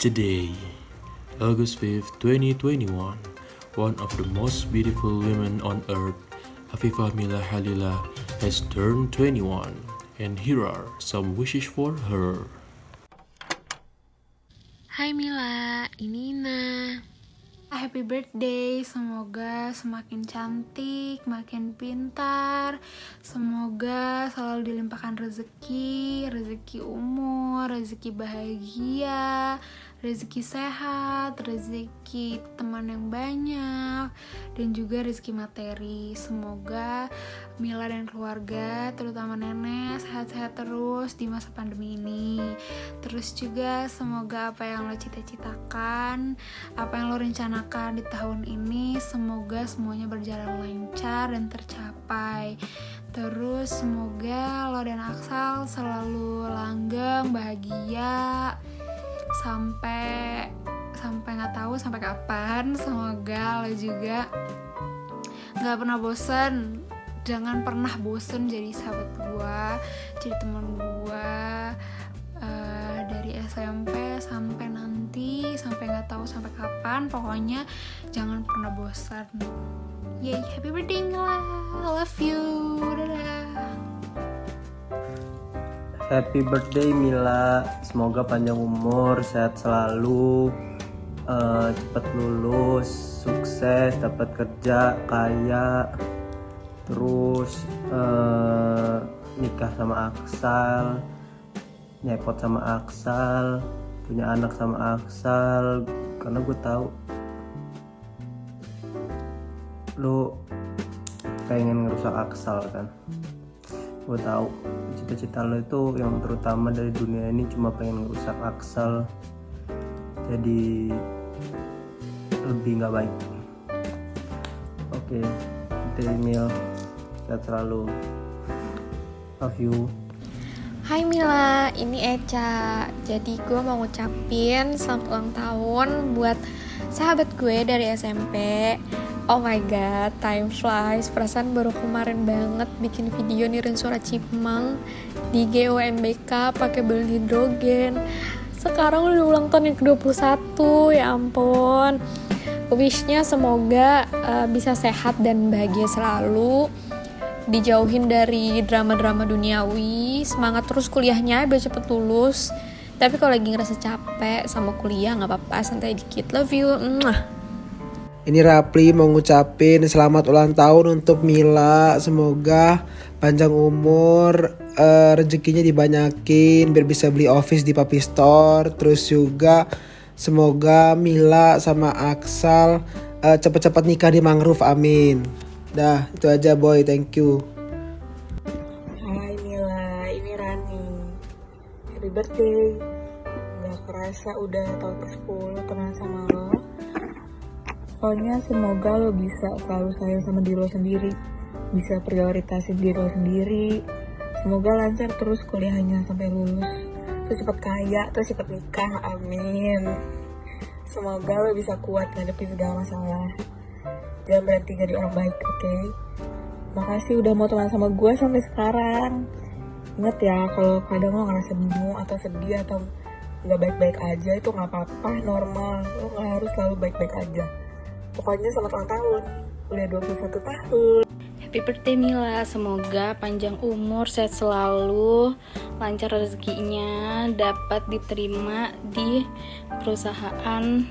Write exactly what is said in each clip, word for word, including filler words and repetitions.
Today, August fifth, twenty twenty-one, one of the most beautiful women on earth, Afifah Mila Halila, has turned twenty-one, and here are some wishes for her. Hai Mila, ini Ina. Happy birthday, semoga semakin cantik, makin pintar. Semoga selalu dilimpahkan rezeki, rezeki umur, rezeki bahagia, rezeki sehat, rezeki teman yang banyak, dan juga rezeki materi. Semoga Mila dan keluarga, terutama nenek, sehat-sehat terus di masa pandemi ini. Terus juga semoga apa yang lo cita-citakan, apa yang lo rencanakan di tahun ini, semoga semuanya berjalan lancar dan tercapai. Terus semoga lo dan Aksal selalu langgeng, bahagia, sampai sampai nggak tahu sampai kapan. Semoga lo juga nggak pernah bosan, jangan pernah bosan jadi sahabat gua, jadi teman gua, uh, dari S M P sampai nanti, sampai nggak tahu sampai kapan. Pokoknya jangan pernah bosan. Yay, happy birthday Mila, I love you, dadah. Happy birthday Mila, semoga panjang umur, sehat selalu, uh, cepat lulus, sukses, dapat kerja, kaya, terus uh, nikah sama Aksal, nyepot sama Aksal, punya anak sama Aksal, karena gue tahu lu pengen ngerusak Aksal kan. Gue tahu cita-cita lo itu yang terutama dari dunia ini cuma pengen ngerusak Aksal jadi lebih nggak baik. Oke, okay. Mil, sehat selalu, love you. Hai Mila, ini Eca. Jadi gue mau ngucapin selamat ulang tahun buat sahabat gue dari S M P. Oh my god, time flies. Perasaan baru kemarin banget bikin video nirin suara Cipmang di G O M B K pakai balon hidrogen. Sekarang udah ulang tahun yang ke dua puluh satu, ya ampun. Wishnya semoga uh, bisa sehat dan bahagia selalu, dijauhin dari drama-drama duniawi, semangat terus kuliahnya biar cepet lulus. Tapi kalau lagi ngerasa capek sama kuliah gak apa-apa, santai dikit. Love you. Mwah. Ini Rapli mau ngucapin selamat ulang tahun untuk Mila. Semoga panjang umur, uh, rezekinya dibanyakin biar bisa beli office di Papi Store. Terus juga semoga Mila sama Aksal uh, cepat-cepat nikah di mangrove, amin. Dah, itu aja boy, thank you. Hai Mila, ini Rani. Happy birthday. Gak kerasa udah tahun ke sepuluh kenal sama lo. Pokoknya semoga lo bisa selalu sayang sama diri lo sendiri, bisa prioritasin diri lo sendiri. Semoga lancar terus kuliahnya sampai lulus, terus cepet kaya, terus cepet nikah, amin. Semoga lo bisa kuat ngadepin segala masalah, jangan berhenti jadi orang baik, oke? Okay? Makasih udah mau teman sama gue sampai sekarang. Ingat ya, kalau kadang lo ngerasa bingung atau sedih atau nggak baik-baik aja, itu nggak apa-apa, normal. Lo nggak harus selalu baik-baik aja. Pokoknya selamat ulang tahun, udah dua puluh satu tahun. Happy birthday Mila, semoga panjang umur, sehat selalu, lancar rezekinya, dapat diterima di perusahaan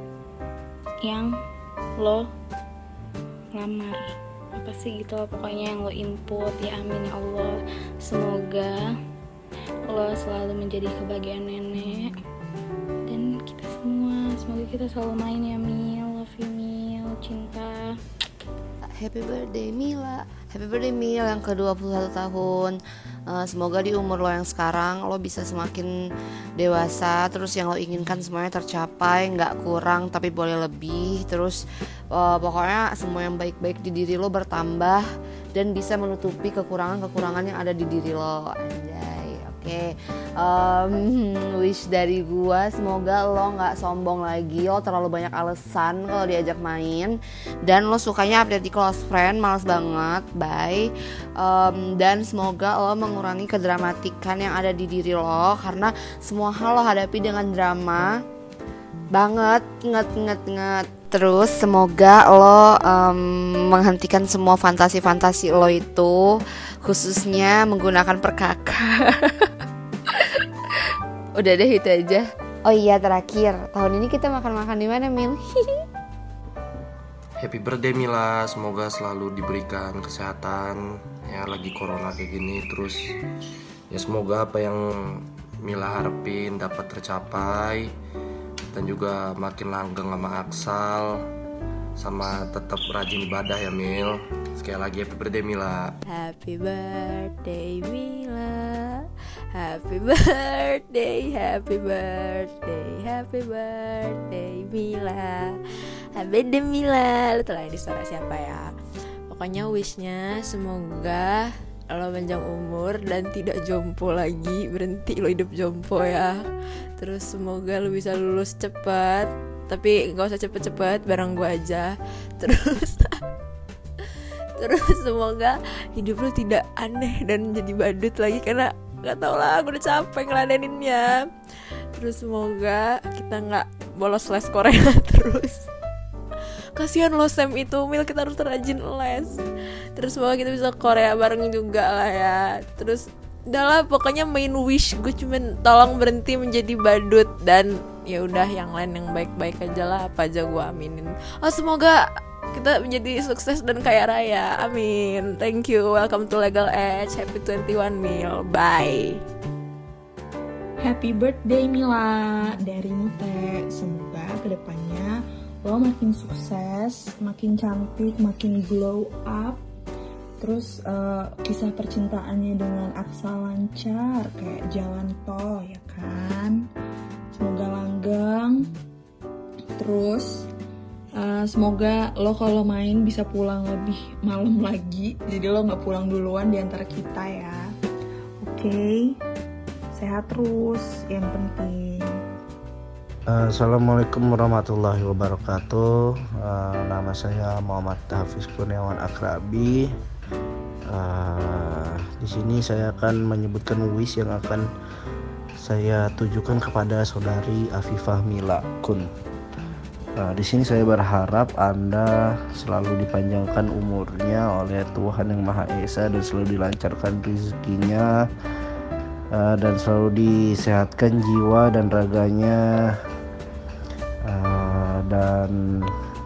yang lo lamar. Apa sih gitu loh, pokoknya yang lo input, ya amin ya Allah. Semoga lo selalu menjadi kebahagiaan nenek dan kita semua. Semoga kita selalu main ya Mil, love you Mil, cinta. Happy birthday Mila, happy birthday Mil yang ke dua puluh satu tahun. uh, Semoga di umur lo yang sekarang lo bisa semakin dewasa, terus yang lo inginkan semuanya tercapai, gak kurang tapi boleh lebih. Terus uh, pokoknya semua yang baik-baik di diri lo bertambah dan bisa menutupi kekurangan-kekurangan yang ada di diri lo. Anjay, oke. Okay. Um, wish dari gua, semoga lo gak sombong lagi, lo terlalu banyak alasan kalau diajak main, dan lo sukanya update di close friend, males banget, bye. Um, dan semoga lo mengurangi kedramatikan yang ada di diri lo, karena semua hal lo hadapi dengan drama banget, ingat ingat ingat. Terus semoga lo um, menghentikan semua fantasi-fantasi lo itu, khususnya menggunakan perkaka. Udah deh itu aja. Oh iya, terakhir, tahun ini kita makan-makan di mana, Mil? Happy birthday Mila, semoga selalu diberikan kesehatan. Ya lagi corona kayak gini, terus ya semoga apa yang Mila harapin dapat tercapai, dan juga makin langgeng sama Aksal, sama tetap rajin ibadah ya Mil. Sekali lagi happy birthday Mila. Happy birthday Mila, happy birthday, happy birthday, happy birthday Mila, happy birthday Mila. Lu tau lah di suara siapa ya. Pokoknya wishnya semoga lo panjang umur dan tidak jompo lagi, berhenti lo hidup jompo ya. Terus semoga lo bisa lulus cepat, tapi gak usah cepet-cepet, bareng gue aja. Terus terus semoga hidup lo tidak aneh dan jadi badut lagi, karena gak tau lah, gue udah capek ngeladeninnya. Terus semoga kita gak bolos les Korea terus. Kasihan lo Sam itu, Mil, kita harus rajin les. Terus semoga kita bisa Korea bareng juga lah ya. Terus udah lah, pokoknya main wish gue cuman tolong berhenti menjadi badut, dan ya udah yang lain yang baik-baik aja lah, apa aja gue aminin. Oh semoga kita menjadi sukses dan kaya raya, amin. Thank you, welcome to Legal Age, happy twenty-one Mil, bye. Happy birthday Mila dari Mute. Semoga kedepannya lo makin sukses, makin cantik, makin glow up. Terus uh, kisah percintaannya dengan Aksal lancar kayak jalan tol ya kan. Semoga langgeng. Terus uh, semoga lo kalau main bisa pulang lebih malam lagi, jadi lo nggak pulang duluan di antara kita ya. Oke, okay. Sehat terus yang penting. Assalamualaikum warahmatullahi wabarakatuh. Uh, nama saya Muhammad Hafiz Kurniawan Akrabi. Uh, di sini saya akan menyebutkan wish yang akan saya tujukan kepada saudari Afifah Mila Kun. Uh, di sini saya berharap Anda selalu dipanjangkan umurnya oleh Tuhan Yang Maha Esa, dan selalu dilancarkan rezekinya, uh, dan selalu disehatkan jiwa dan raganya, uh, dan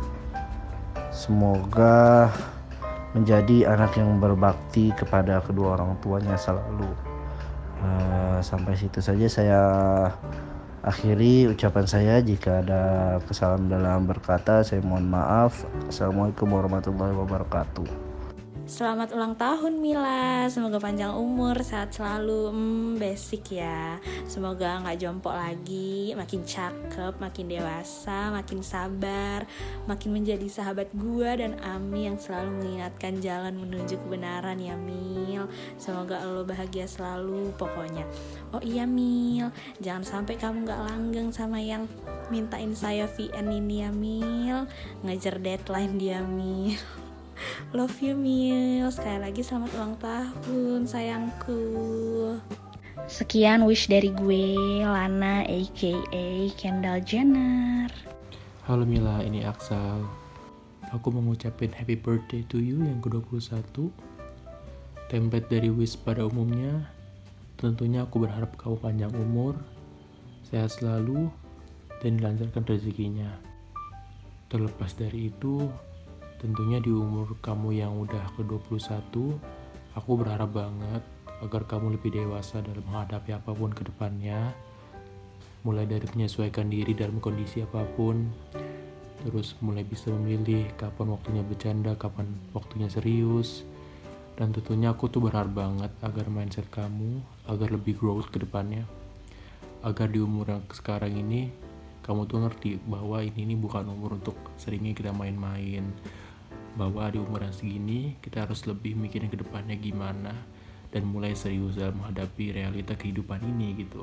semoga menjadi anak yang berbakti kepada kedua orang tuanya selalu. Uh, sampai situ saja saya akhiri ucapan saya. Jika ada kesalahan dalam berkata, saya mohon maaf. Assalamualaikum warahmatullahi wabarakatuh. Selamat ulang tahun Mila, semoga panjang umur, sehat selalu. Hmm, basic ya. Semoga gak jompo lagi, makin cakep, makin dewasa, makin sabar, makin menjadi sahabat gua dan Ami yang selalu mengingatkan jalan menuju kebenaran ya Mil. Semoga lo bahagia selalu pokoknya. Oh iya Mil, jangan sampai kamu gak langgeng sama yang mintain saya V N ini ya Mil. Ngejar deadline dia Mil. Love you Mil. Sekali lagi selamat ulang tahun sayangku. Sekian wish dari gue, Lana aka Kendall Jenner. Halo Mila, ini Aksal. Aku mau ngucapin happy birthday to you yang ke dua puluh satu. Template dari wish pada umumnya, tentunya aku berharap kamu panjang umur, sehat selalu, dan dilancarkan rezekinya. Terlepas dari itu, tentunya di umur kamu yang udah ke dua puluh satu, aku berharap banget agar kamu lebih dewasa dalam menghadapi apapun ke depannya. Mulai dari menyesuaikan diri dalam kondisi apapun, terus mulai bisa memilih kapan waktunya bercanda, kapan waktunya serius. Dan tentunya aku tuh berharap banget agar mindset kamu agar lebih growth ke depannya. Agar di umur yang sekarang ini, kamu tuh ngerti bahwa ini, ini bukan umur untuk seringnya kita main-main. Bahwa di umur yang segini kita harus lebih mikirin ke depannya gimana, dan mulai serius dalam menghadapi realita kehidupan ini gitu.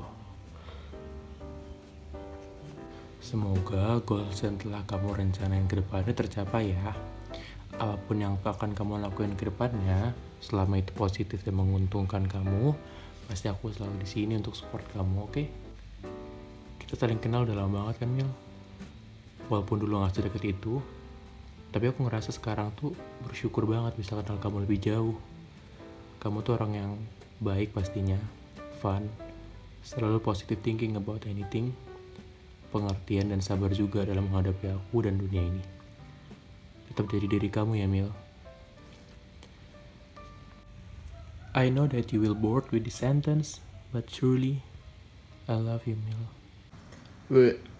Semoga goals yang telah kamu rencanain ke depannya tercapai ya. Apapun yang akan kamu lakukan ke depannya, selama itu positif dan menguntungkan kamu, pasti aku selalu di sini untuk support kamu, oke? Okay? Kita saling kenal udah lama banget kan Mil? Walaupun dulu gak sedekat itu, tapi aku ngerasa sekarang tuh bersyukur banget bisa kenal kamu lebih jauh. Kamu tuh orang yang baik pastinya, fun, selalu positive thinking about anything, pengertian dan sabar juga dalam menghadapi aku dan dunia ini. Tetap jadi diri kamu ya, Mil. I know that you will bored with this sentence, but truly, I love you, Mil. Weh,